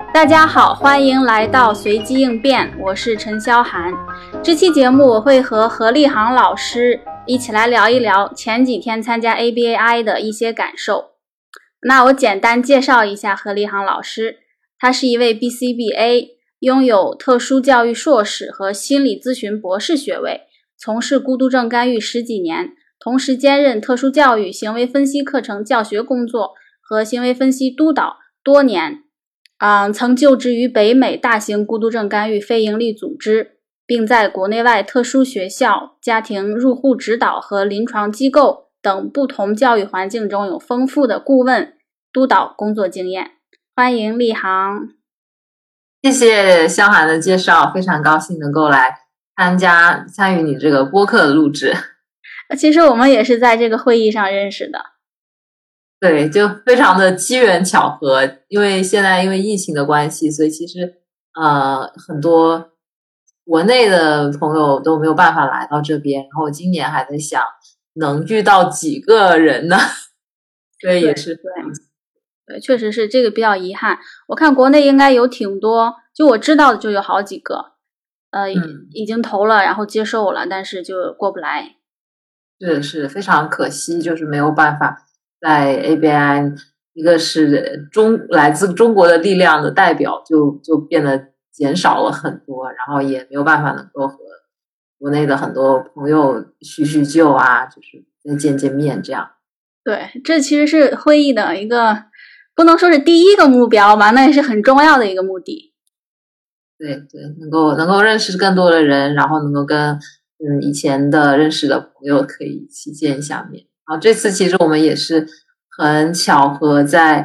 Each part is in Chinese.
大家好，欢迎来到随机应变，我是陈潇涵。这期节目我会和何立航老师一起来聊一聊前几天参加 ABAI 的一些感受。那我简单介绍一下何立航老师，他是一位 BCBA， 拥有特殊教育硕士和心理咨询博士学位，从事孤独症干预10几年，同时兼任特殊教育行为分析课程教学工作和行为分析督导多年。曾就职于北美大型孤独症干预非营利组织，并在国内外特殊学校、家庭入户指导和临床机构等不同教育环境中有丰富的顾问督导工作经验。欢迎立航。 谢谢萧涵的介绍，非常高兴能够来参与你这个播客的录制。 其实我们也是在这个会议上认识的。 对，就非常的机缘巧合，因为现在因为疫情的关系，所以其实很多国内的朋友都没有办法来到这边，然后今年还在想能遇到几个人呢，所以也是对，确实是这个比较遗憾。我看国内应该有挺多，就我知道的就有好几个已经投了，然后接受了，但是就过不来。 是非常可惜，就是没有办法在 ABI， 一个是来自中国的力量的代表就变得减少了很多，然后也没有办法能够和国内的很多朋友叙叙旧啊，就是再见见面这样。 对，这其实是会议的一个不能说是第一个目标吧，那也是很重要的一个目的。 对，能够认识更多的人，然后能够跟以前的认识的朋友可以一起见一下面。然后这次其实我们也是很巧合在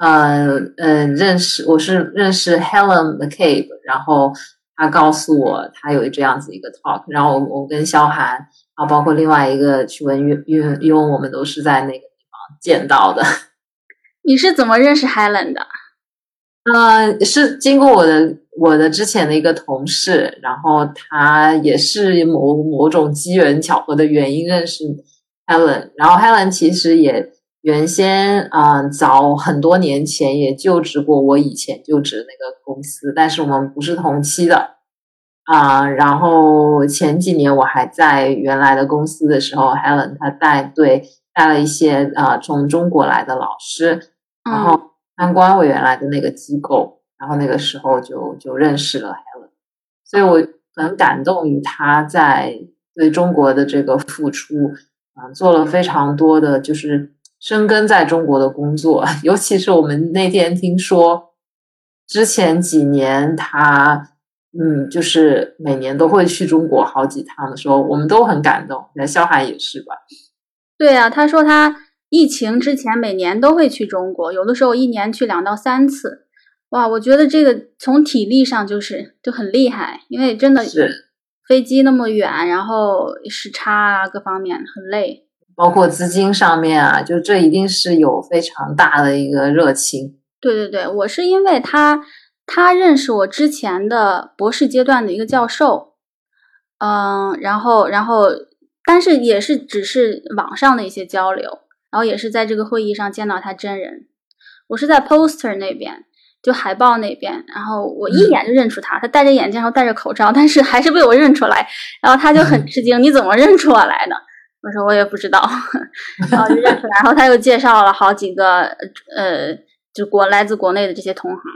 我是认识 Helen McCabe， 然后他告诉我他有这样子一个 talk， 然后我跟萧涵，然后包括另外一个曲文庸，我们都是在那个地方见到的。 你是怎么认识 Helen 的？ 是经过我的之前的一个同事，然后他也是某种机缘巧合的原因认识 Helen， 然后 Helen 其实也原先早很多年前也就职过我以前就职的那个公司，但是我们不是同期的然后前几年我还在原来的公司的时候，Helen 她带了一些从中国来的老师，然后参观我原来的那个机构，然后那个时候就认识了 Helen， 所以我很感动于他在对中国的这个付出，做了非常多的就是深耕在中国的工作，尤其是我们那天听说之前几年他就是每年都会去中国好几趟的时候，我们都很感动，那萧涵也是吧？ 对啊，他说他疫情之前每年都会去中国，有的时候一年去2到3次。哇，我觉得这个从体力上就很厉害，因为真的是飞机那么远，然后时差各方面很累， 包括资金上面就这一定是有非常大的一个热情。 对，我是因为他认识我之前的博士阶段的一个教授，然后但是也是只是网上的一些交流，然后也是在这个会议上见到他真人。我是在 poster 那边，就海报那边，然后我一眼就认出他，他戴着眼镜然后戴着口罩，但是还是被我认出来，然后他就很吃惊，你怎么认出我来的？我说我也不知道，然后就认出来，然后他又介绍了好几个就来自国内的这些同行。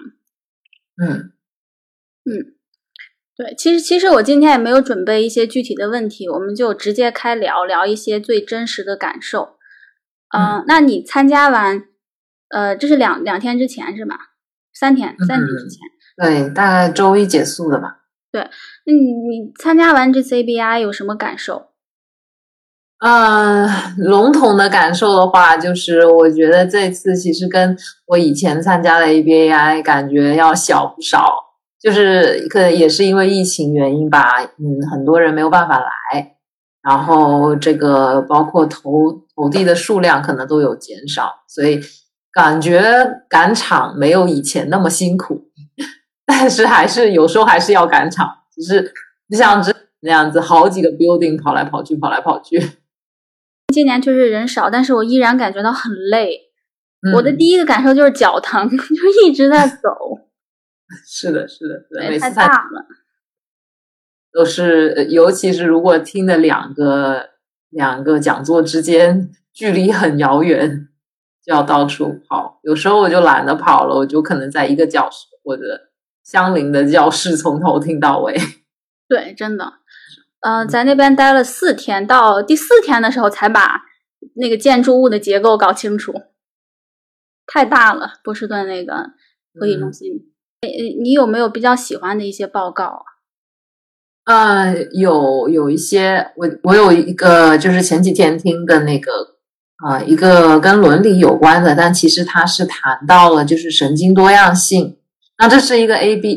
对，其实我今天也没有准备一些具体的问题，我们就直接开聊一些最真实的感受。那你参加完这是两天之前是吧？3天之前。 对，大概周一结束的吧。 对，那你参加完这次 ABI 有什么感受？ 笼统的感受的话，就是我觉得这次其实跟我以前参加的 ABAI 感觉要小不少，就是可能也是因为疫情原因吧，很多人没有办法来，然后这个包括投递的数量可能都有减少，所以感觉赶场没有以前那么辛苦，但是有时候还是要赶场，只是不像之前那样子好几个 building 跑来跑去。 今年确实人少，但是我依然感觉到很累。我的第一个感受就是脚疼，就一直在走。 是的，是的，是的， 对， 每次太大了。 都是，尤其是如果听的两个讲座之间距离很遥远，就要到处跑。有时候我就懒得跑了，我就可能在一个教室或者相邻的教室从头听到尾。 对，真的。在那边待了4天，到第4天的时候才把那个建筑物的结构搞清楚，太大了，波士顿那个会议中心。你有没有比较喜欢的一些报告？ 有一些，我有一个就是前几天听的那个一个跟伦理有关的，但其实它是谈到了就是神经多样性。那这是一个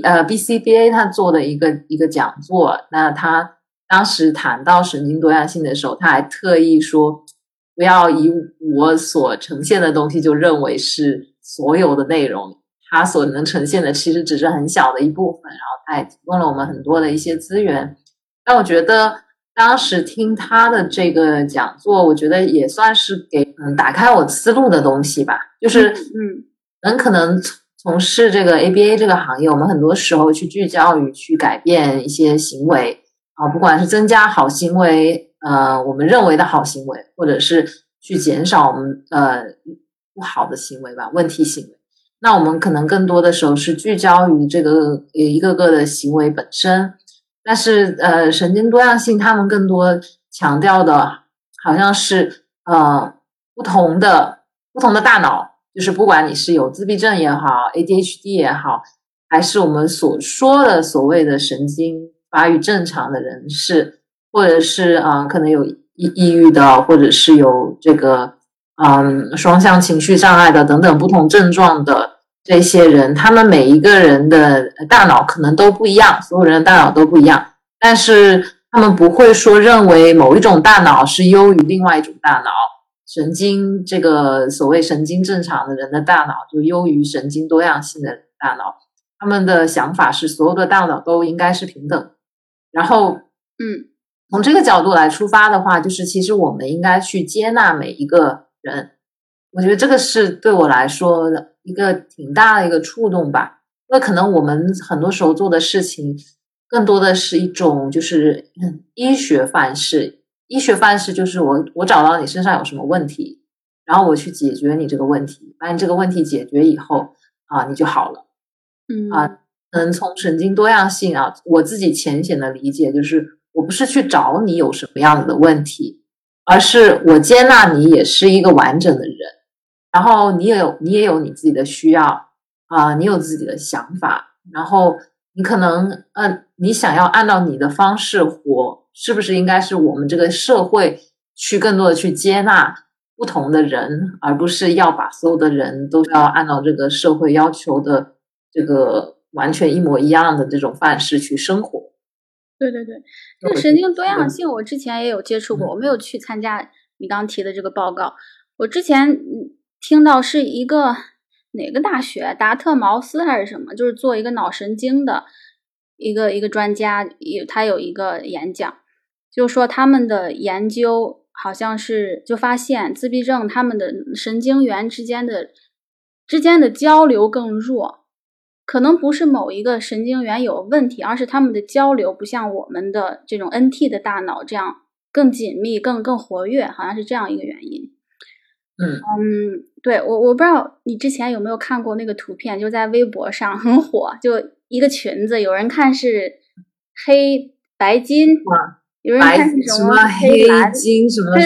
BCBA 他做的一个讲座，那他当时谈到神经多样性的时候，他还特意说不要以我所呈现的东西就认为是所有的内容，它所能呈现的其实只是很小的一部分，然后它也提供了我们很多的一些资源。但我觉得当时听他的这个讲座，我觉得也算是给打开我思路的东西吧。就是人可能从事这个 ABA 这个行业，我们很多时候去聚焦于去改变一些行为不管是增加好行为我们认为的好行为，或者是去减少我们不好的行为吧，问题行为。那我们可能更多的时候是聚焦于这个一个个的行为本身，但是神经多样性他们更多强调的好像是不同的大脑，就是不管你是有自闭症也好 ADHD 也好，还是我们所说的所谓的神经发育正常的人士，或者是可能有抑郁的，或者是有这个双向情绪障碍的等等不同症状的这些人，他们每一个人的大脑可能都不一样，所有人的大脑都不一样，但是他们不会说认为某一种大脑是优于另外一种大脑，神经这个所谓神经正常的人的大脑就优于神经多样性的大脑，他们的想法是所有的大脑都应该是平等。然后从这个角度来出发的话，就是其实我们应该去接纳每一个人，我觉得这个是对我来说一个挺大的一个触动吧。因为可能我们很多时候做的事情更多的是一种就是医学范式，医学范式就是我找到你身上有什么问题，然后我去解决你这个问题，把你这个问题解决以后你就好了。可能从神经多样性我自己浅显的理解就是我不是去找你有什么样子的问题，而是我接纳你也是一个完整的人，然后你也有你自己的需要你有自己的想法，然后你可能你想要按照你的方式活，是不是应该是我们这个社会去更多的去接纳不同的人，而不是要把所有的人都要按照这个社会要求的这个完全一模一样的这种范式去生活。 对，这个神经多样性我之前也有接触过，我没有去参加你刚提的这个报告。我之前听到是一个哪个大学，达特茅斯还是什么，就是做一个脑神经的一个专家，他有一个演讲，就说他们的研究好像是就发现自闭症他们的神经元之间的交流更弱，可能不是某一个神经元有问题，而是他们的交流不像我们的这种 NT 的大脑这样更紧密更活跃，好像是这样一个原因。对，我不知道你之前有没有看过那个图片，就在微博上很火，就一个裙子，有人看是黑白金，有人看是什么黑蓝金什么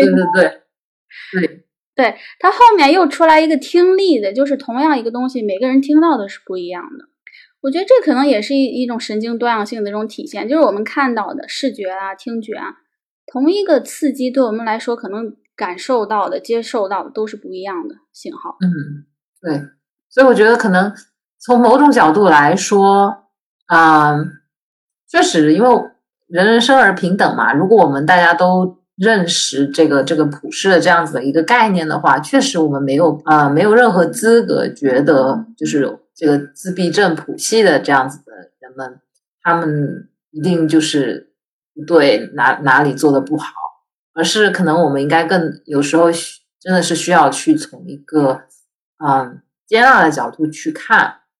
对，它后面又出来一个听力的，就是同样一个东西，每个人听到的是不一样的。我觉得这可能也是一种神经多样性的这种体现，就是我们看到的视觉听觉同一个刺激对我们来说可能感受到的接受到的都是不一样的信号。 对，所以我觉得可能从某种角度来说确实因为人生而平等嘛，如果我们大家都认识这个普世的这样子的一个概念的话，确实我们没有任何资格觉得就是这个自闭症谱系的这样子的人们，他们一定就是对哪里做的不好，而是可能我们应该有时候真的是需要去从一个接纳的角度去看，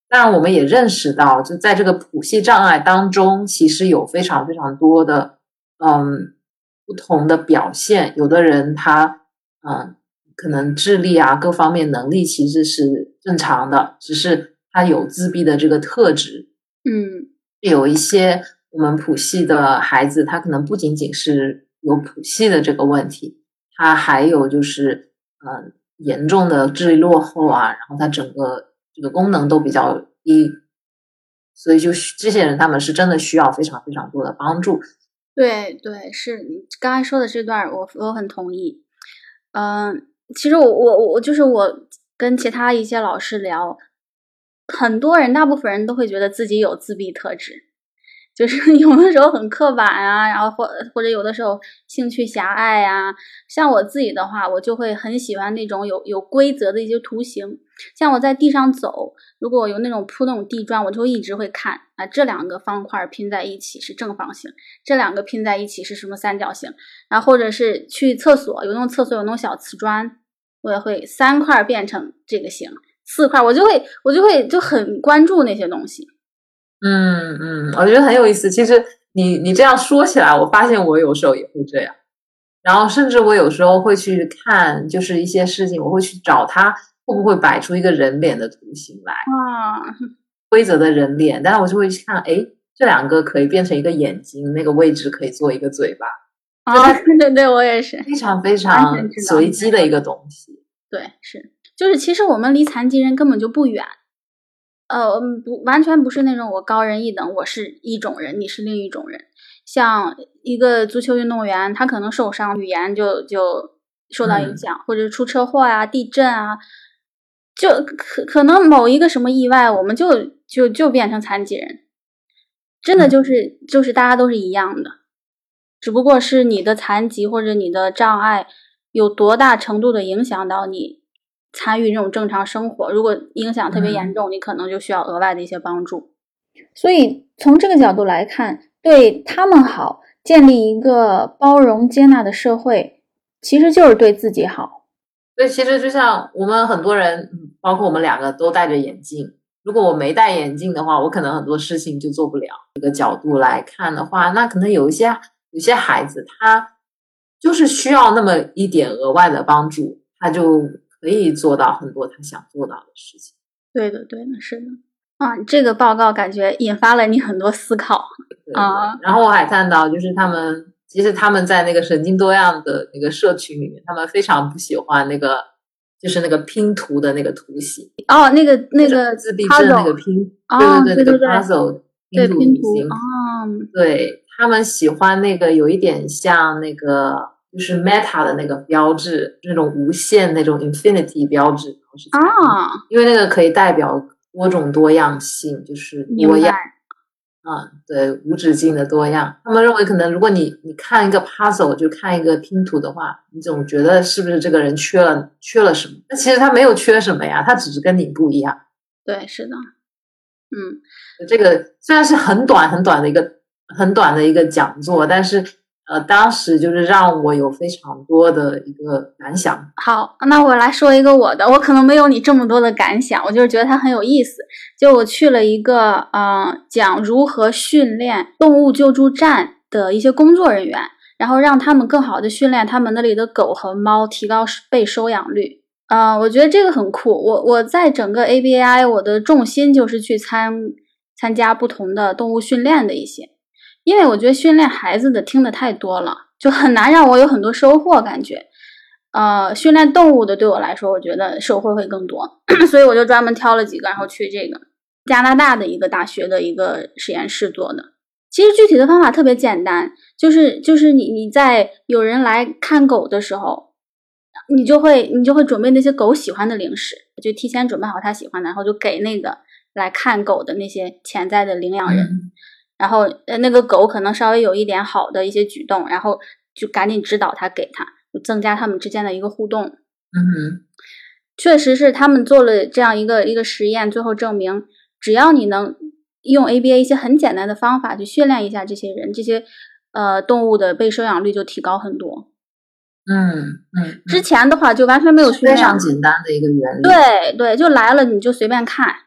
当然我们也认识到，就在这个谱系障碍当中，其实有非常非常多的不同的表现。有的人他可能智力啊各方面能力其实是正常的，只是他有自闭的这个特质。有一些我们谱系的孩子，他可能不仅仅是有谱系的这个问题，他还有就是严重的智力落后啊，然后他整个这个功能都比较低，所以就这些人他们是真的需要非常非常多的帮助。 对对，是你刚才说的这段我很同意。其实我就是我跟其他一些老师聊，很多人大部分人都会觉得自己有自闭特质，就是有的时候很刻板啊，然后或者有的时候兴趣狭隘啊。像我自己的话，我就会很喜欢那种有规则的一些图形。像我在地上走，如果有那种铺那种地砖，我就一直会看啊，这两个方块拼在一起是正方形，这两个拼在一起是什么三角形。然后或者是去厕所，有那种厕所有那种小瓷砖，我也会3块变成这个形，4块我就会就很关注那些东西。 我觉得很有意思。其实你这样说起来，我发现我有时候也会这样。然后甚至我有时候会去看，就是一些事情，我会去找它会不会摆出一个人脸的图形来，规则的人脸，但是我就会去看，这两个可以变成一个眼睛，那个位置可以做一个嘴巴。 对对，我也是非常非常随机的一个东西。 对，是，就是其实我们离残疾人根本就不远。完全不是那种我高人一等，我是一种人，你是另一种人。像一个足球运动员，他可能受伤，语言就受到影响，或者出车祸啊、地震啊，就可能某一个什么意外，我们就变成残疾人。真的就是大家都是一样的，只不过是你的残疾或者你的障碍有多大程度的影响到你参与这种正常生活，如果影响特别严重，你可能就需要额外的一些帮助。所以从这个角度来看，对他们好，建立一个包容接纳的社会，其实就是对自己好。 对，其实就像我们很多人，包括我们2个都戴着眼镜，如果我没戴眼镜的话，我可能很多事情就做不了。这个角度来看的话，那可能有一些孩子他就是需要那么一点额外的帮助，他就可以做到很多他想做到的事情。 对的对的，是的。这个报告感觉引发了你很多思考啊。 然后我还看到就是其实他们在那个神经多样的那个社群里面，他们非常不喜欢那个就是那个拼图的那个图形。 那个自闭症那个拼，对，那个 puzzle 拼图形。对，他们喜欢那个有一点像那个就是 meta 的那个标志，那种无限那种 infinity 标志。因为那个可以代表多种多样性，就是多样。对，无止境的多样。他们认为可能如果你看一个 puzzle 就看一个拼图的话，你总觉得是不是这个人缺了什么？那其实他没有缺什么呀，他只是跟你不一样。 对，是的。 这个虽然是很短的一个讲座，但是当时就是让我有非常多的一个感想。 好，那我来说一个我的，我可能没有你这么多的感想，我就是觉得它很有意思。就我去了一个讲如何训练动物救助站的一些工作人员，然后让他们更好的训练他们那里的狗和猫，提高被收养率。我觉得这个很酷。我在整个 ABAI 我的重心就是去参加不同的动物训练的一些，因为我觉得训练孩子的听得太多了，就很难让我有很多收获感觉。训练动物的对我来说，我觉得收获会更多，所以我就专门挑了几个，然后去这个加拿大的一个大学的一个实验室做的。其实具体的方法特别简单，就是你在有人来看狗的时候，你就会准备那些狗喜欢的零食，就提前准备好他喜欢的，然后就给那个来看狗的那些潜在的领养人。然后那个狗可能稍微有一点好的一些举动，然后就赶紧指导他给他，就增加他们之间的一个互动。确实是他们做了这样一个实验，最后证明只要你能用 ABA 一些很简单的方法去训练一下这些人，这些动物的被收养率就提高很多。之前的话就完全没有训练， 非常简单的一个原理。 对，就来了你就随便看，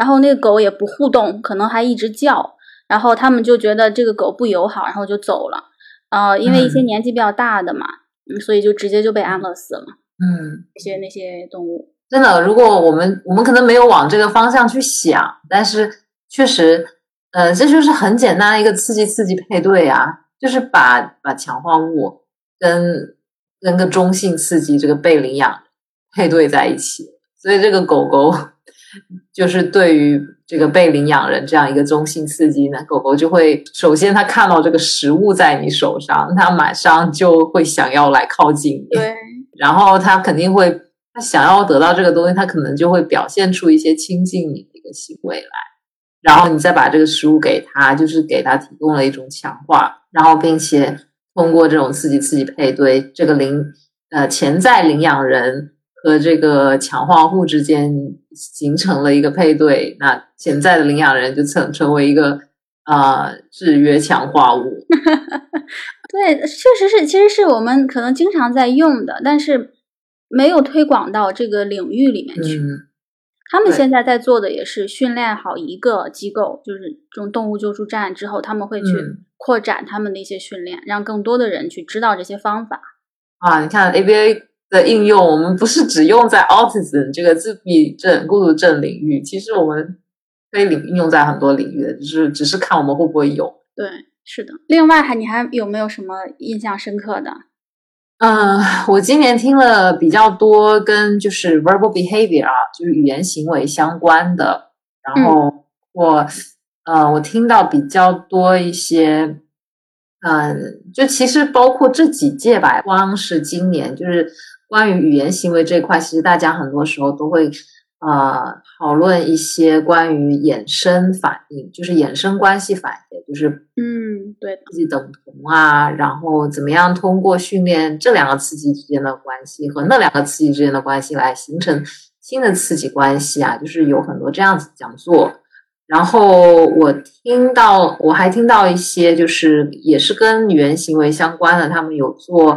然后那个狗也不互动，可能还一直叫，然后他们就觉得这个狗不友好，然后就走了。因为一些年纪比较大的嘛，所以就直接就被安乐死了。那些动物真的，如果我们可能没有往这个方向去想，但是确实，这就是很简单的一个刺激配对啊，就是把强化物跟个中性刺激这个被领养配对在一起，所以这个狗狗就是对于这个被领养人这样一个中性刺激呢，狗狗就会首先它看到这个食物在你手上，它马上就会想要来靠近你， 对， 然后它肯定会，它想要得到这个东西，它可能就会表现出一些亲近你的一个行为来，然后你再把这个食物给它，就是给它提供了一种强化，然后并且通过这种刺激配对，这个潜在领养人和这个强化物之间形成了一个配对，那潜在的领养人就成为一个制约强化物。 对，确实是，其实是我们可能经常在用的，但是没有推广到这个领域里面去。他们现在在做的也是训练好一个机构，就是这种动物救助站之后，他们会去扩展他们的一些训练，让更多的人去知道这些方法。 你看 ABA 的应用，我们不是只用在 autism 这个自闭症、孤独症领域，其实我们可以应用在很多领域的，只是看我们会不会用。 对，是的。另外你还有没有什么印象深刻的？ 我今年听了比较多跟就是 verbal behavior 就是语言行为相关的，然后我听到比较多一些，就其实包括这几届吧，光是今年就是关于语言行为这一块，其实大家很多时候都会讨论一些关于衍生反应，就是衍生关系反应，就是对的， 刺激等同然后怎么样通过训练这两个刺激之间的关系和那两个刺激之间的关系来形成新的刺激关系就是有很多这样子讲座。然后我还听到一些就是也是跟语言行为相关的，他们有做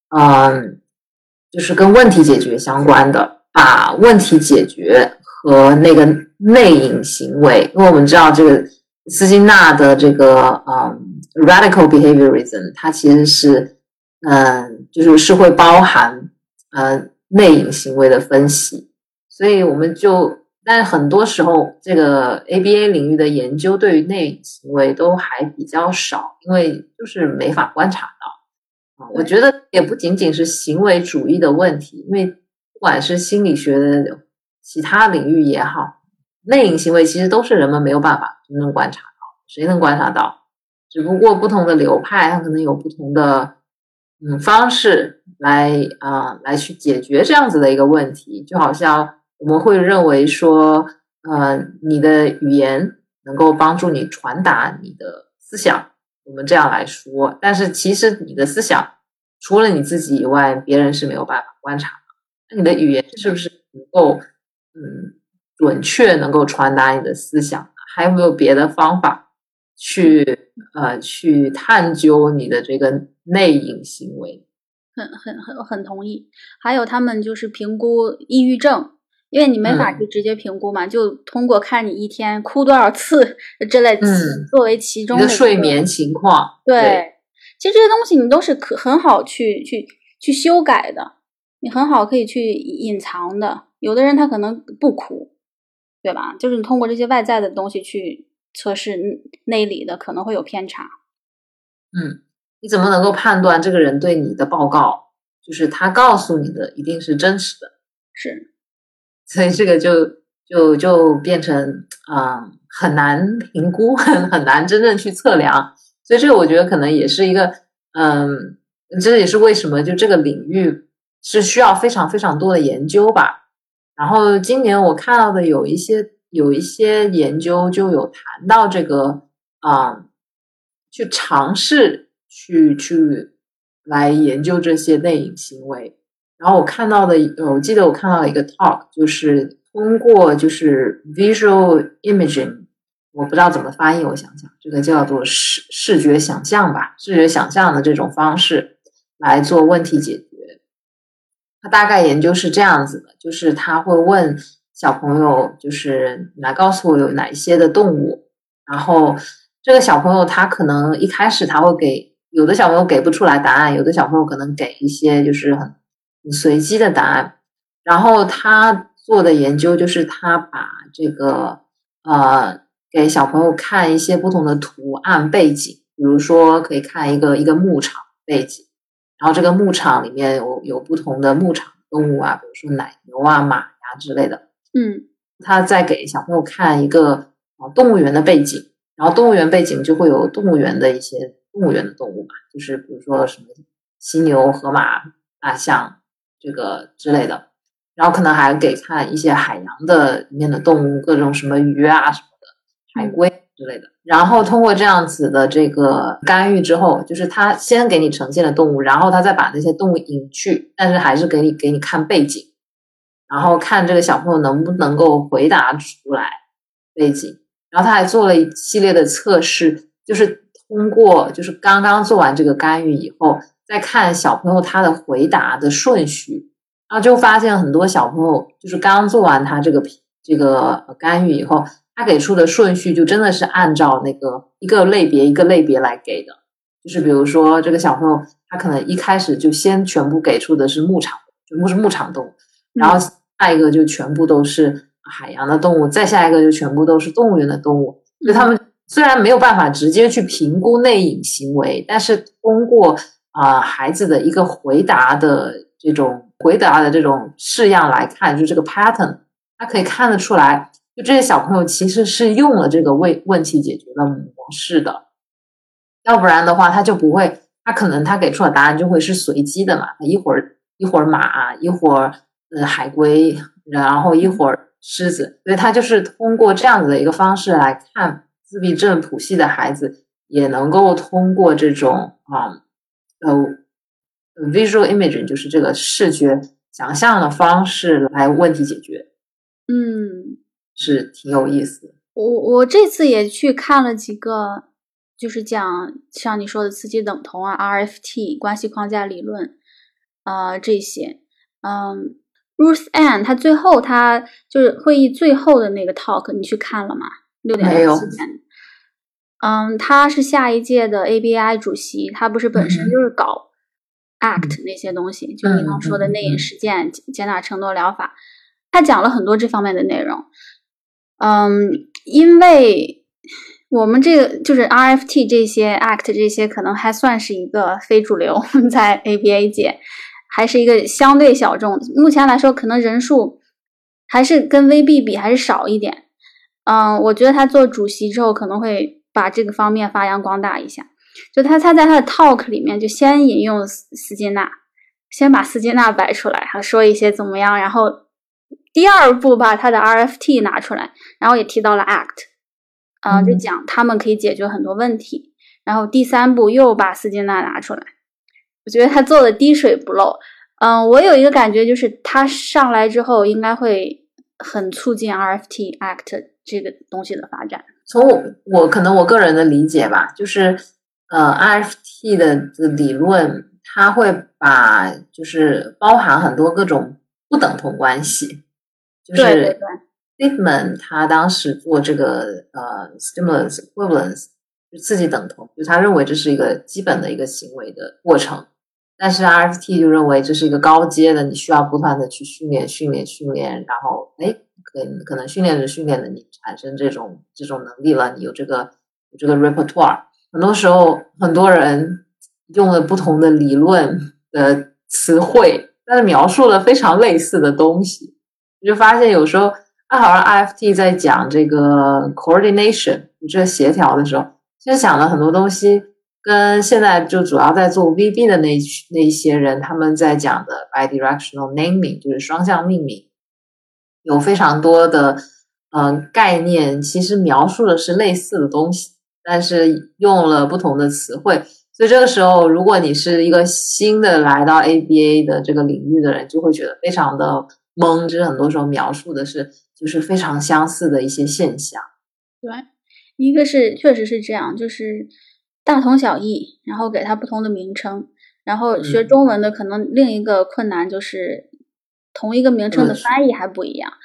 就是跟问题解决相关的，把问题解决和那个内隐行为，因为我们知道这个斯金纳的这个radical behaviorism 它其实是就是会包含内隐行为的分析，所以我们但是很多时候这个 ABA 领域的研究对于内隐行为都还比较少，因为就是没法观察到我觉得也不仅仅是行为主义的问题，因为不管是心理学的其他领域也好，内隐行为其实都是人们没有办法真正观察到，谁能观察到？只不过不同的流派它可能有不同的方式来去解决这样子的一个问题，就好像我们会认为说你的语言能够帮助你传达你的思想，我们这样来说，但是其实你的思想除了你自己以外，别人是没有办法观察的。那你的语言是不是能够准确能够传达你的思想？还有没有别的方法去探究你的这个内隐行为？ 很同意。还有他们就是评估抑郁症，因为你没法去直接评估嘛，就通过看你一天哭多少次这类作为其中的你的睡眠情况。 对，其实这些东西你都是很好去修改的，你很好可以去隐藏的。有的人他可能不哭，对吧？就是你通过这些外在的东西去测试内里的可能会有偏差。 你怎么能够判断这个人对你的报告就是他告诉你的一定是真实的？ 是， 所以这个就变成很难评估，很难真正去测量。所以这个我觉得可能也是一个这也是为什么就这个领域是需要非常非常多的研究吧。然后今年我看到的有一些研究就有谈到这个去尝试去来研究这些内隐行为。然后我记得我看到了一个 talk， 就是通过就是 visual imaging， 我不知道怎么翻译，我想想，这个叫做视觉想象吧，视觉想象的这种方式来做问题解决。他大概研究是这样子的，就是他会问小朋友，就是来告诉我有哪一些的动物，然后这个小朋友他可能一开始他会给，有的小朋友给不出来答案，有的小朋友可能给一些就是很随机的答案。然后他做的研究就是他把这个给小朋友看一些不同的图案背景，比如说可以看一个牧场背景，然后这个牧场里面有不同的牧场动物啊，比如说奶牛啊、马呀之类的。他再给小朋友看一个动物园的背景，然后动物园背景就会有动物园的一些动物园的动物嘛，就是比如说什么犀牛、河马、大象这个之类的，然后可能还给看一些海洋的里面的动物，各种什么鱼啊什么的，海龟之类的。然后通过这样子的这个干预之后，就是他先给你呈现了动物，然后他再把那些动物隐去，但是还是给你看背景，然后看这个小朋友能不能够回答出来背景。然后他还做了一系列的测试，就是通过就是刚刚做完这个干预以后，再看小朋友他的回答的顺序，然后就发现很多小朋友就是刚做完他这个干预以后，他给出的顺序就真的是按照那个一个类别一个类别来给的，就是比如说这个小朋友他可能一开始就先全部给出的是牧场，全部是牧场动物，然后下一个就全部都是海洋的动物，再下一个就全部都是动物园的动物。就他们虽然没有办法直接去评估内隐行为，但是通过孩子的一个回答的这种式样来看，就这个 pattern， 他可以看得出来，就这些小朋友其实是用了这个问题解决的模式的，要不然的话他就不会，他可能他给出的答案就会是随机的嘛，一会儿马，一会儿海龟，然后一会儿狮子，所以他就是通过这样子的一个方式来看自闭症谱系的孩子，也能够通过这种visual imaging， 就是这个视觉想象的方式来问题解决。是挺有意思的。 我这次也去看了几个，就是讲像你说的磁极等同啊、RFT 关系框架理论这些。Ruth Ann 他最后他就是会议最后的那个 talk 你去看了吗？6点到7点。他是下一届的 ABI 主席，他不是本身就是搞 ACT 那些东西，就你刚说的内隐实践、接纳承诺疗法，他讲了很多这方面的内容。因为我们这个就是 RFT 这些 ACT 这些可能还算是一个非主流，在 ABA 界还是一个相对小众，目前来说可能人数还是跟 VB 比还是少一点。我觉得他做主席之后可能会把这个方面发扬光大一下。就他在他的 talk 里面就先引用斯金纳，先把斯金纳摆出来，还说一些怎么样，然后第二步把他的 RFT 拿出来，然后也提到了 ACT，就讲他们可以解决很多问题，然后第三步又把斯金纳拿出来，我觉得他做的滴水不漏。我有一个感觉就是他上来之后应该会很促进 RFT ACT 这个东西的发展。 从可能我个人的理解吧，就是RFT 的理论它会把就是包含很多各种不等同关系，就是Lippmann 他当时做这个stimulus equivalence 刺激等同，就他认为这是一个基本的一个行为的过程，但是 RFT 就认为这是一个高阶的，你需要不断的去训练，然后可能训练着你产生这种能力了，你有这个 repertoire。很多时候很多人用了不同的理论的词汇，但是描述了非常类似的东西，你就发现有时候好像 RFT 在讲这个 coordination 这个协调的时候，其实讲了很多东西跟现在就主要在做 VB 的那一些人他们在讲的 bidirectional naming 就是双向命名，有非常多的概念其实描述的是类似的东西，但是用了不同的词汇，所以这个时候如果你是一个新的来到 ABA 的这个领域的人，就会觉得非常的懵，就是很多时候描述的是就是非常相似的一些现象。 对，一个是确实是这样，就是大同小异，然后给它不同的名称，然后学中文的可能另一个困难就是同一个名称的翻译还不一样，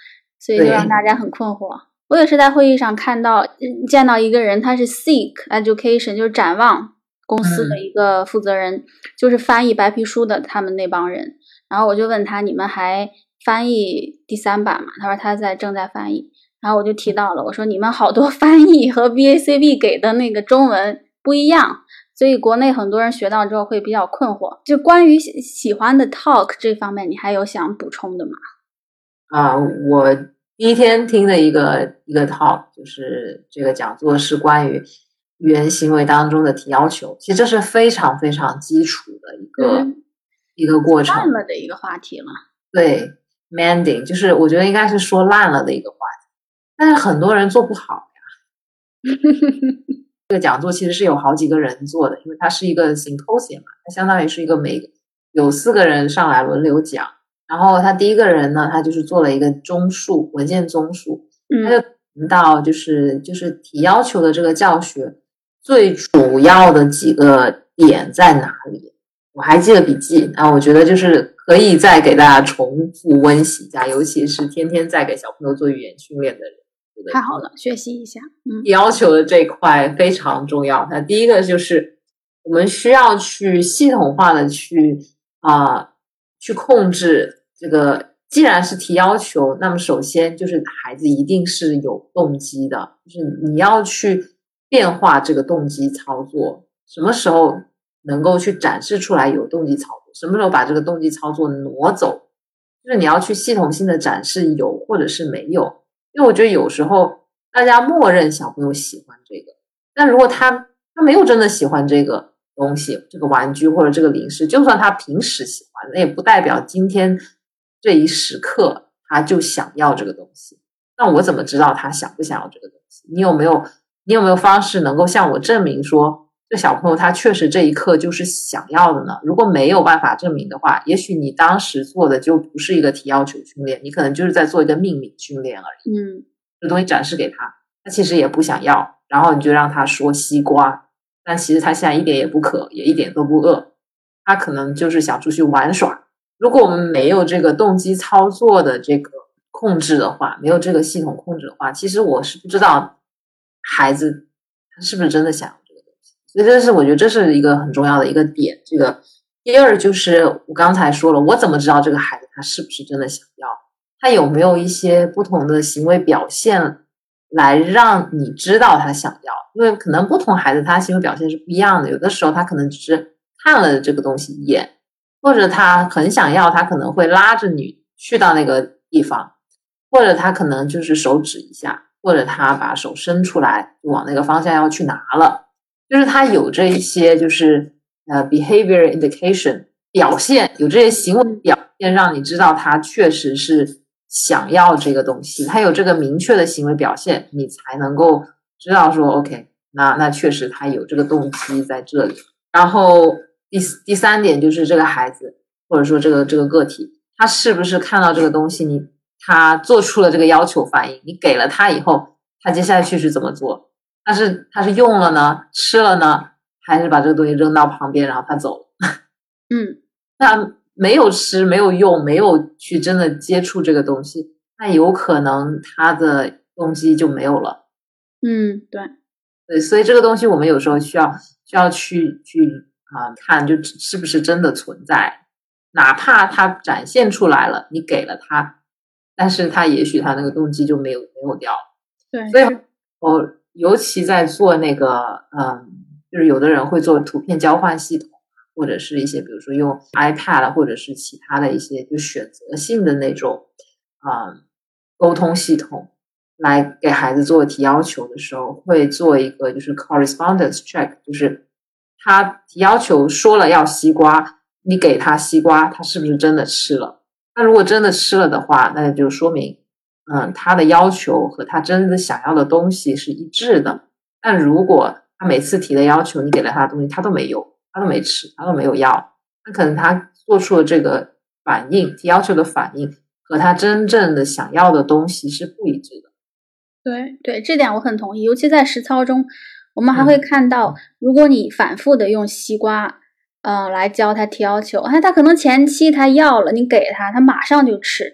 所以就让大家很困惑。我也是在会议上见到一个人，他是 Seek Education， 就是展望公司的一个负责人，就是翻译白皮书的他们那帮人。然后我就问他，你们还翻译第3版吗？他说他正在翻译。然后我就提到了，我说你们好多翻译和 BACB 给的那个中文不一样，所以国内很多人学到之后会比较困惑。就关于喜欢的 talk 这方面，你还有想补充的吗？ 我第一天听的一个 talk 就是这个讲座是关于语言行为当中的提要求，其实这是非常非常基础的一个过程， 烂了的一个话题了。 对 ，mending 就是我觉得应该是说烂了的一个话题，但是很多人做不好呀。这个讲座其实是有好几个人做的，因为它是一个 symposium 嘛，它相当于是一个有4个人上来轮流讲。然后他第一个人呢，他就是做了一个文件综述，他就谈到就是提要求的这个教学最主要的几个点在哪里。我还记得笔记，然后我觉得就是可以再给大家重复温习一下，尤其是天天在给小朋友做语言训练的人。 太好了，学习一下。 提要求的这一块非常重要。那第一个就是我们需要去系统化的去控制这个，既然是提要求，那么首先就是孩子一定是有动机的，就是你要去变化这个动机操作，什么时候能够去展示出来有动机操作，什么时候把这个动机操作挪走，就是你要去系统性的展示有或者是没有。因为我觉得有时候大家默认小朋友喜欢这个，但如果他没有真的喜欢这个东西，这个玩具或者这个零食，就算他平时喜欢，那也不代表今天这一时刻他就想要这个东西。那我怎么知道他想不想要这个东西？你有没有方式能够向我证明说这小朋友他确实这一刻就是想要的呢？如果没有办法证明的话，也许你当时做的就不是一个提要求训练，你可能就是在做一个命令训练而已。这东西展示给他，他其实也不想要，然后你就让他说西瓜，但其实他现在一点也不渴，也一点都不饿，他可能就是想出去玩耍。如果我们没有这个动机操作的这个控制的话，没有这个系统控制的话，其实我是不知道孩子他是不是真的想要这个东西。所以我觉得这是一个很重要的一个点。这个第二就是我刚才说了，我怎么知道这个孩子他是不是真的想要，他有没有一些不同的行为表现来让你知道他想要。因为可能不同孩子他行为表现是不一样的，有的时候他可能只是看了这个东西一眼，或者他很想要，他可能会拉着你去到那个地方，或者他可能就是手指一下，或者他把手伸出来就往那个方向要去拿了，就是他有这一些就是behavior indication 表现，有这些行为表现让你知道他确实是想要这个东西，他有这个明确的行为表现，你才能够知道说 OK， 那确实他有这个动机在这里。然后第三点就是这个孩子或者说这个个体，他是不是看到这个东西他做出了这个要求反应，你给了他以后，他接下去是怎么做？他是用了呢，吃了呢，还是把这个东西扔到旁边然后他走了？他没有吃，没有用，没有去真的接触这个东西，那有可能他的动机就没有了。对，所以这个东西我们有时候需要去看，就是不是真的存在。哪怕他展现出来了，你给了他，但是他也许他那个动机就没有掉。 对， 所以我尤其在做那个就是有的人会做图片交换系统，或者是一些比如说用 iPad 或者是其他的一些就选择性的那种沟通系统来给孩子做提要求的时候，会做一个就是 correspondence check， 就是他提要求说了要西瓜，你给他西瓜，他是不是真的吃了？那如果真的吃了的话，那就说明他的要求和他真的想要的东西是一致的。但如果他每次提的要求你给了他的东西他都没有，他都没吃，他都没有要，那可能他做出的这个反应，提要求的反应和他真正的想要的东西是不一致的。 对，这点我很同意。尤其在实操中，我们还会看到，如果你反复的用西瓜来教他提要求，他可能前期他要了，你给他马上就吃，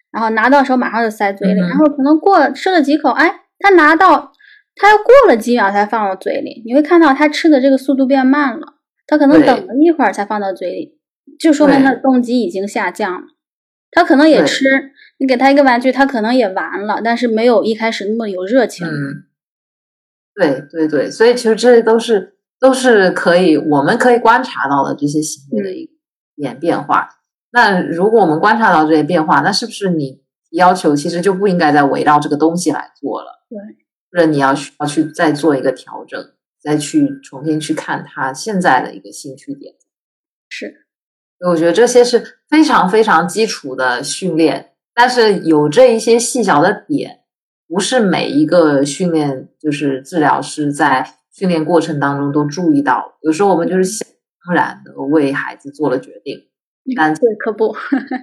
然后拿到手马上就塞嘴里，然后可能吃了几口，哎，他又过了几秒才放到嘴里，你会看到他吃的这个速度变慢了，他可能等了一会儿才放到嘴里，就说明他的动机已经下降了。他可能也吃，你给他一个玩具，他可能也玩了，但是没有一开始那么有热情。 对，所以其实这些都是我们可以观察到的这些行为的一点变化。那如果我们观察到这些变化，那是不是你要求其实就不应该再围绕这个东西来做了？ 对， 或者你要去再做一个调整，再去重新去看他现在的一个兴趣点。 是， 我觉得这些是非常非常基础的训练，但是有这一些细小的点，不是每一个训练就是治疗师在训练过程当中都注意到。有时候我们就是想当然的为孩子做了决定，但对，可不。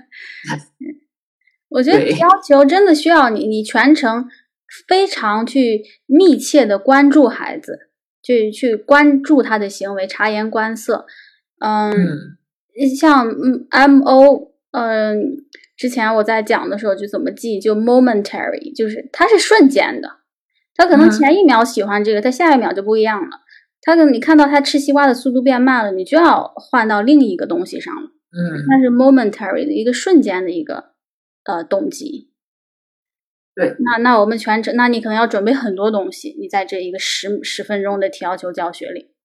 我觉得要求真的需要你全程非常去密切的关注孩子，去关注他的行为，察言观色。像MO，之前我在讲的时候就怎么记，就 momentary， 就是它是瞬间的，他可能前一秒喜欢这个，他下一秒就不一样了。你看到他吃西瓜的速度变慢了，你就要换到另一个东西上了。那是 momentary 的一个瞬间的一个动机。 对， 那我们全程，那你可能要准备很多东西，你在这一个10分钟的体要求教学里。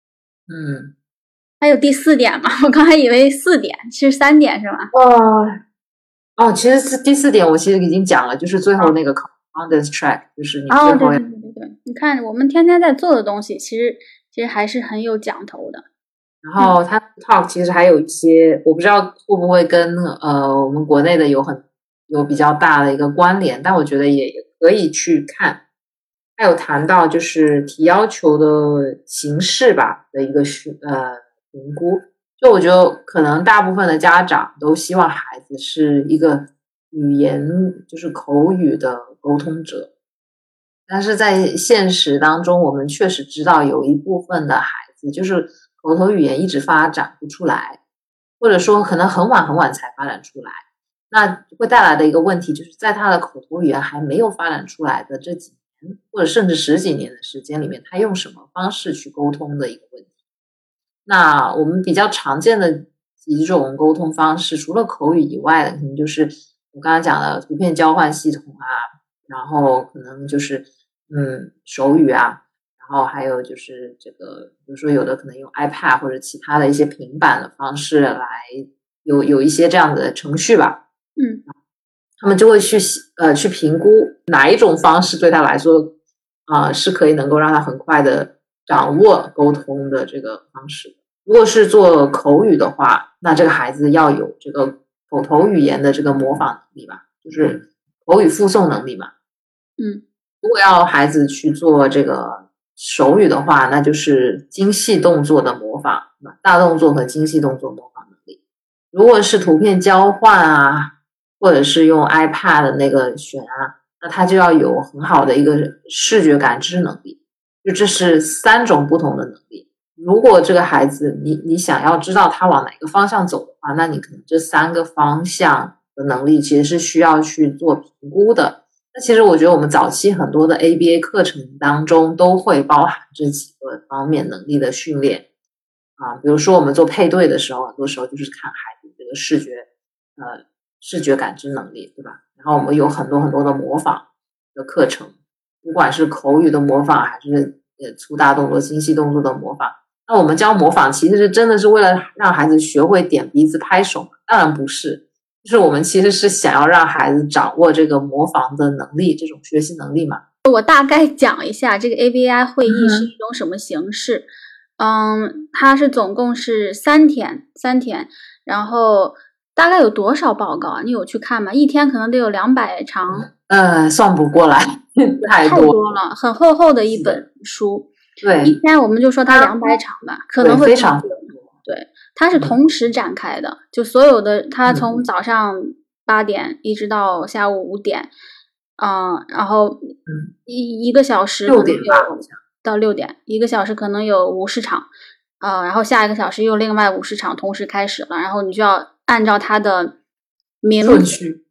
还有第4点嘛？我刚才以为4点，其实3点是吗？ 其实是第4点，我其实已经讲了，就是最后那个 confidence track，就是你最后对，你看我们天天在做的东西，其实还是很有讲头的。 然后他 talk 其实还有一些，我不知道会不会跟我们国内的有比较大的一个关联，但我觉得也可以去看。还有谈到就是提要求的形式吧的一个评估，就我觉得可能大部分的家长都希望孩子是一个语言就是口语的沟通者，但是在现实当中，我们确实知道有一部分的孩子就是口头语言一直发展不出来，或者说可能很晚才发展出来。那会带来的一个问题就是在他的口头语言还没有发展出来的这几年或者甚至10几年的时间里面，他用什么方式去沟通的一个问题。那我们比较常见的几种沟通方式，除了口语以外的，可能就是我刚刚讲的图片交换系统啊，然后可能就是手语啊，然后还有就是这个比如说有的可能用 iPad 或者其他的一些平板的方式来有一些这样的程序吧。他们就会去评估哪一种方式对他来说是可以能够让他很快的掌握沟通的这个方式。如果是做口语的话，那这个孩子要有这个口头语言的这个模仿能力吧，就是口语复诵能力嘛。如果要孩子去做这个手语的话，那就是精细动作的模仿，大动作和精细动作模仿能力。如果是图片交换啊，或者是用 iPad 的那个选啊，那他就要有很好的一个视觉感知能力。就这是3种不同的能力。如果这个孩子你想要知道他往哪个方向走的话，那你可能这3个方向的能力其实是需要去做评估的。那其实我觉得我们早期很多的 ABA 课程当中都会包含这几个方面能力的训练比如说我们做配对的时候，很多时候就是看孩子这个视觉感知能力，对吧？然后我们有很多很多的模仿的课程，不管是口语的模仿还是粗大动作精细动作的模仿。那我们教模仿其实是真的是为了让孩子学会点鼻子拍手吗？当然不是，就是我们其实是想要让孩子掌握这个模仿的能力，这种学习能力嘛。 我大概讲一下这个 ABI 会议是一种什么形式。它是总共是3天，然后大概有多少报告啊？你有去看吗？一天可能得有200长。 算不过来，太多了，很厚的一本书。 对， 一天我们就说它200场吧，可能会非常多。 对，它是同时展开的，就所有的它从早上8点一直到下午5点，然后一个小时 6点吧， 到6点，1个小时可能有50场，然后下一个小时又另外50场同时开始了，然后你就要按照它的名顺序，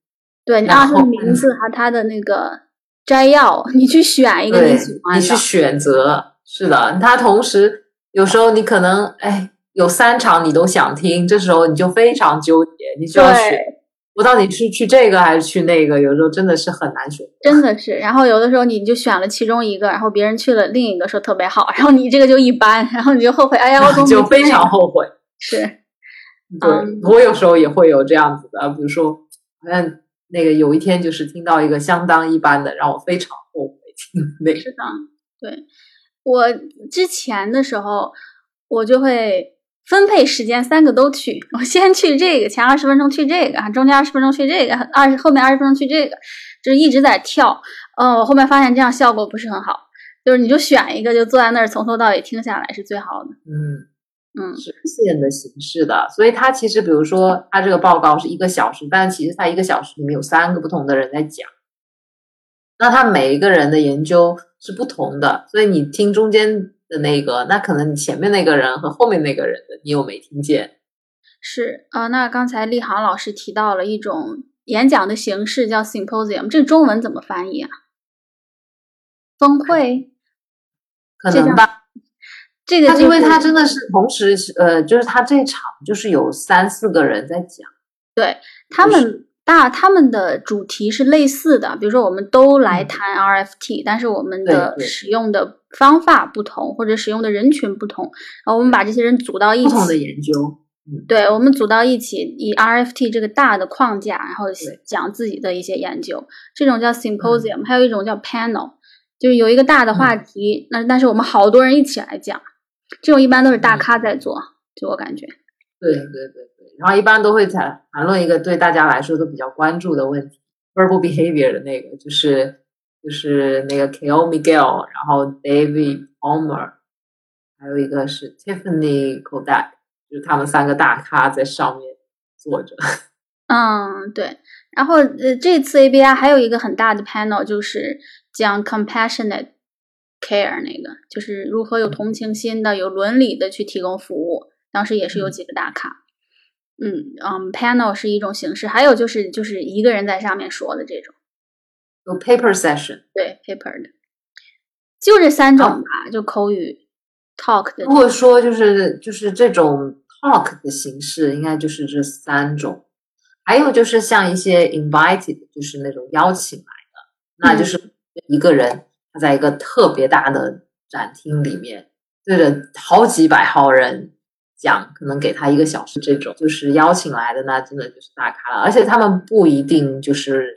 对，你按他的名字和他的那个摘要，你去选一个你喜欢的， 你去选择。是的，他同时有时候你可能有3场你都想听，这时候你就非常纠结，你需要选我到底是去这个还是去那个，有时候真的是很难选， 真的是。然后有的时候你就选了其中一个，然后别人去了另一个说特别好，然后你这个就一般，然后你就后悔，哎呀，我怎么就非常后悔。 是， 对，我有时候也会有这样子的，比如说好像那个有一天就是听到一个相当一般的，让我非常后悔听那个。 是的，对，我之前的时候我就会分配时间3个都去，我先去这个，前20分钟去这个，中间20分钟去这个，后面20分钟去这个，就是一直在跳。我后面发现这样效果不是很好，就是你就选一个，就坐在那儿从头到尾听下来是最好的。 是线的形式的，所以它其实比如说它这个报告是1个小时，但其实它1个小时里面有3个不同的人在讲，那他每一个人的研究是不同的，所以你听中间的那个，那可能你前面那个人和后面那个人的你又没听见。 是那刚才立航老师提到了一种演讲的形式叫 symposium， 这个中文怎么翻译啊？峰会？ 可能吧。 这个因为他真的是同时就是他这场就是有3-4个人在讲， 对，他们的主题是类似的，比如说我们都来谈 RFT，但是我们的使用的方法不同，或者使用的人群不同，然后我们把这些人组到一起， 不同的研究， 对，我们组到一起，以 RFT 这个大的框架，然后讲自己的一些研究，这种叫 symposium，还有一种叫 panel， 就是有一个大的话题，但是我们好多人一起来讲，这种一般都是大咖在做，就我感觉。 对，然后一般都会谈论一个对大家来说都比较关注的问题 ，verbal behavior 的那个，就是那个 K.O. Miguel， 然后 David Palmer， 还有一个是 Tiffany Kodak， 就是他们3个大咖在上面坐着。 对。然后这次 ABI 还有一个很大的 panel， 就是讲 compassionate care， 那个就是如何有同情心的、有伦理的去提供服务。当时也是有几个大咖。panel 是一种形式，还有就是一个人在上面说的这种。 有 paper session， 对 paper 的，就这3种吧，就口语 talk 的。 如果说就是这种 talk 的形式，应该就是这3种。还有就是像一些 invited， 就是那种邀请来的，那就是一个人他在一个特别大的展厅里面对着好几百号人讲，可能给他1个小时，这种就是邀请来的，那真的就是大咖了。而且他们不一定是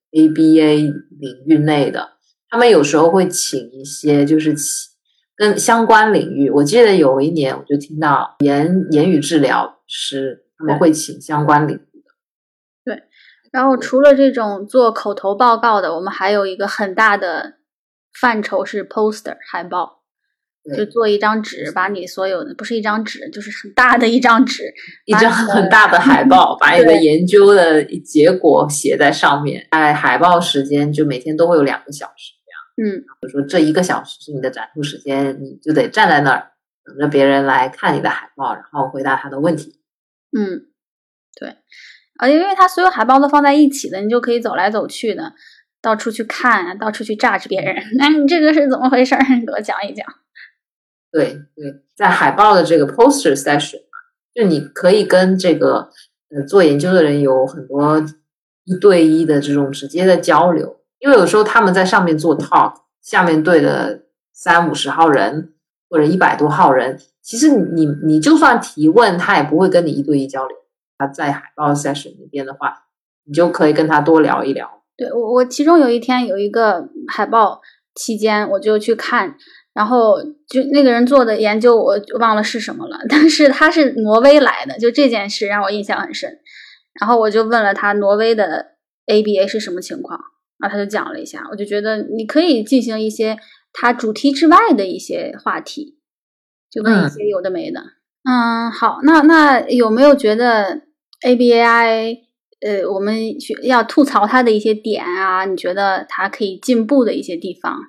ABA 领域内的，他们有时候会请一些就是跟相关领域。我记得有一年我就听到言语治疗师他们会请相关领域的。 对，然后除了这种做口头报告的，我们还有一个很大的范畴是 poster 海报，就做一张纸，把你所有的，不是一张纸，就是很大的一张纸， 一张很大的海报，把你的研究的结果写在上面。海报时间就每天都会有2个小时这样。比如说这1个小时是你的展出时间，你就得站在那儿等着别人来看你的海报，然后回答他的问题。 对。因为它所有海报都放在一起的，你就可以走来走去的，到处去看，到处去judge别人。你这个是怎么回事？你给我讲一讲。 对，在海报的这个 poster session， 就你可以跟这个做研究的人有很多1对1的这种直接的交流，因为有时候他们在上面做 talk， 下面对的30-50号人或者100多号人，其实你就算提问，他也不会跟你1对1交流。他在海报 session 里边的话，你就可以跟他多聊一聊。 对，我其中有一天有一个海报期间，我就去看，然后就那个人做的研究我忘了是什么了，但是他是挪威来的，就这件事让我印象很深。然后我就问了他挪威的 ABA 是什么情况，然后他就讲了一下，我就觉得你可以进行一些他主题之外的一些话题，就问一些有的没的。好，那有没有觉得 ABAI 我们要吐槽它的一些点啊，你觉得它可以进步的一些地方？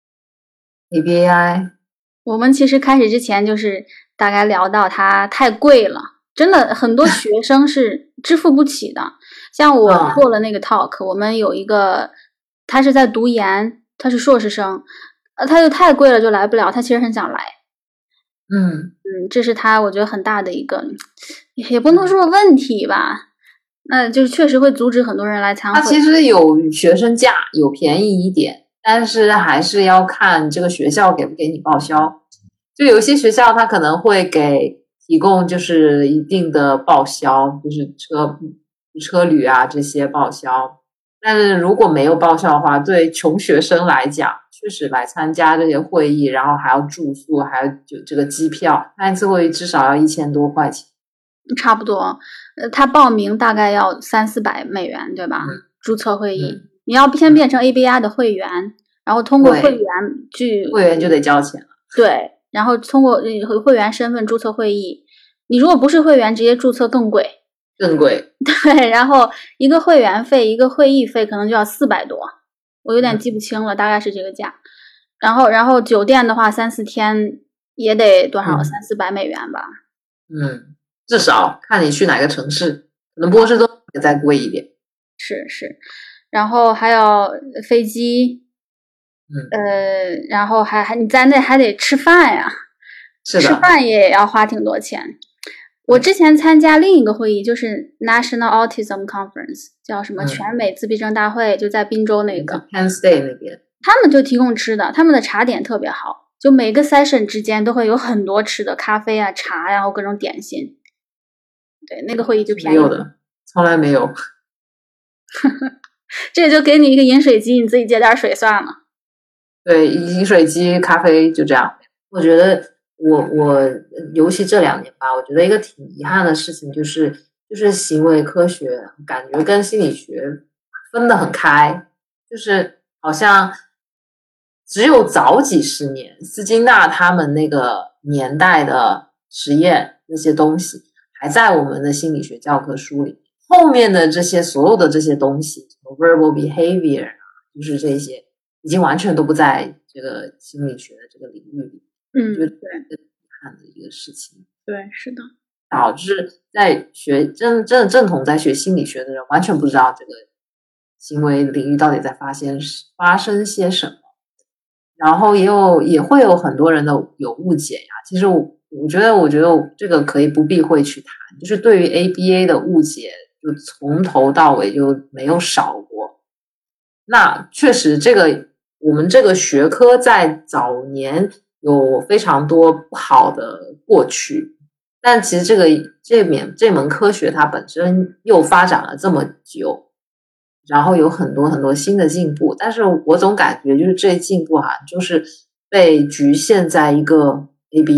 ABAI 我们其实开始之前就是大概聊到它太贵了，真的很多学生是支付不起的。 像我做了那个 talk，我们有一个他是在读研，他是硕士生，他就太贵了就来不了，他其实很想来。这是他我觉得很大的一个，也不能说问题吧，那就是确实会阻止很多人来参会。 他其实有学生价，有便宜一点，但是还是要看这个学校给不给你报销。就有些学校他可能会提供就是一定的报销，就是车旅啊这些报销。但是如果没有报销的话，对穷学生来讲，确实来参加这些会议，然后还要住宿，还有就这个机票，那一次会议至少要1000多块钱。 差不多，他报名大概要300-400美元，对吧？注册会议，你要先变成 ABI 的会员，然后通过会员就得交钱了。 对，然后通过会员身份注册会议，你如果不是会员，直接注册更贵。对，然后一个会员费，一个会议费可能就要400多，我有点记不清了，大概是这个价。然后酒店的话3-4天也得多少？300-400美元吧。 至少看你去哪个城市，可能波士顿也再贵一点。 是，然后还有飞机，然后你在那还得吃饭呀， 是的， 吃饭也要花挺多钱。我之前参加另一个会议，就是 National Autism Conference， 叫什么全美自闭症大会，就在宾州那个 Penn State 那边， 他们就提供吃的，他们的茶点特别好，就每个 session 之间都会有很多吃的，咖啡啊、茶呀，然后各种点心。对，那个会议就便宜。 没有的，从来没有。 这就给你一个饮水机，你自己接点水算了。 对，饮水机、咖啡就这样。我觉得我尤其这2年吧，我觉得一个挺遗憾的事情就是行为科学感觉跟心理学分得很开，就是好像只有早几十年斯金纳他们那个年代的实验那些东西还在我们的心理学教科书里，后面的这些所有的这些东西 verbal behavior 就是这些已经完全都不在这个心理学的这个领域里。 对， 看的一个事情。 对，是的， 导致在学正统在学心理学的人完全不知道这个行为领域到底在发生些什么，然后也会有很多人的有误解呀。其实我觉得这个可以不避讳去谈，就是对于 ABA 的误解就从头到尾就没有少过。那确实我们这个学科在早年有非常多不好的过去，但其实这门科学它本身又发展了这么久，然后有很多很多新的进步，但是我总感觉就是这进步就是被局限在一个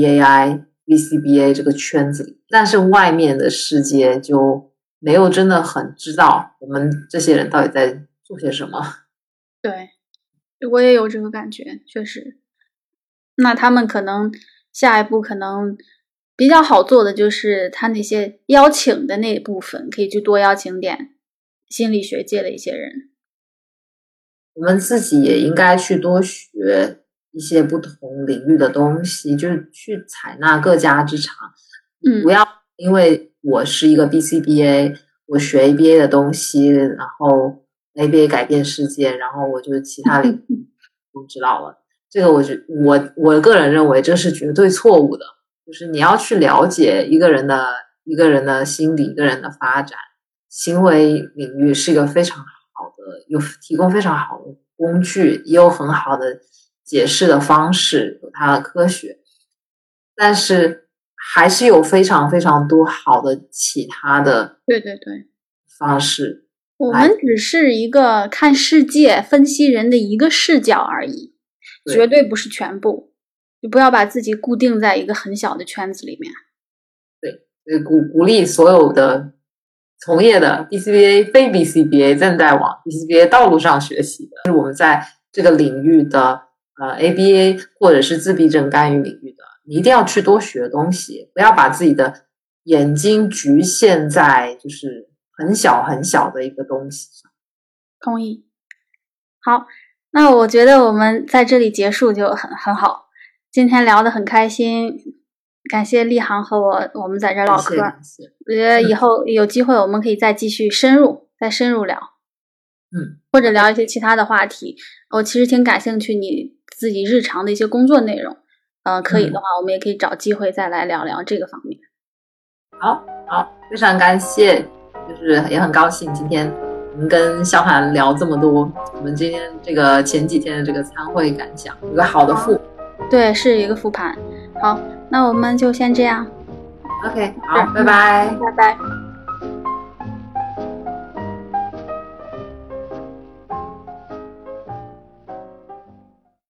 ABAI、BCBA 这个圈子里，但是外面的世界就没有真的很知道我们这些人到底在做些什么。 对，我也有这个感觉，确实。那他们可能下一步可能比较好做的就是他那些邀请的那部分可以去多邀请点心理学界的一些人。 我们自己也应该去多学一些不同领域的东西，就是去采纳各家之长。不要因为我是一个 BCBA， 我学 ABA 的东西，然后 ABA 改变世界，然后我就其他领域不知道了。这个我个人认为这是绝对错误的，就是你要去了解一个人的心理，一个人的发展，行为领域是一个非常好的，有提供非常好的工具，也有很好的解释的方式，有它的科学，但是还是有非常非常多好的其他的方式。 我们只是一个看世界、分析人的一个视角而已，绝对不是全部。你不要把自己固定在一个很小的圈子里面。 对，鼓励所有的从业的 BCBA、非 BCBA 正在往 BCBA 道路上学习的，就是我们在这个领域的ABA 或者是自闭症干预领域的，你一定要去多学东西，不要把自己的眼睛局限在就是很小很小的一个东西上。 同意。好，那我觉得我们在这里结束就很好。今天聊得很开心，感谢立航和我们在这唠嗑。我觉得以后有机会我们可以再继续深入。 再深入聊， 或者聊一些其他的话题。我其实挺感兴趣你自己日常的一些工作内容，可以的话，我们也可以找机会再来聊聊这个方面。 好，非常感谢，就是也很高兴今天我们跟萧涵聊这么多，我们今天这个前几天的这个参会感想，有个好的复， 对，是一个复盘。好，那我们就先这样。 OK， 好，拜拜， 拜拜。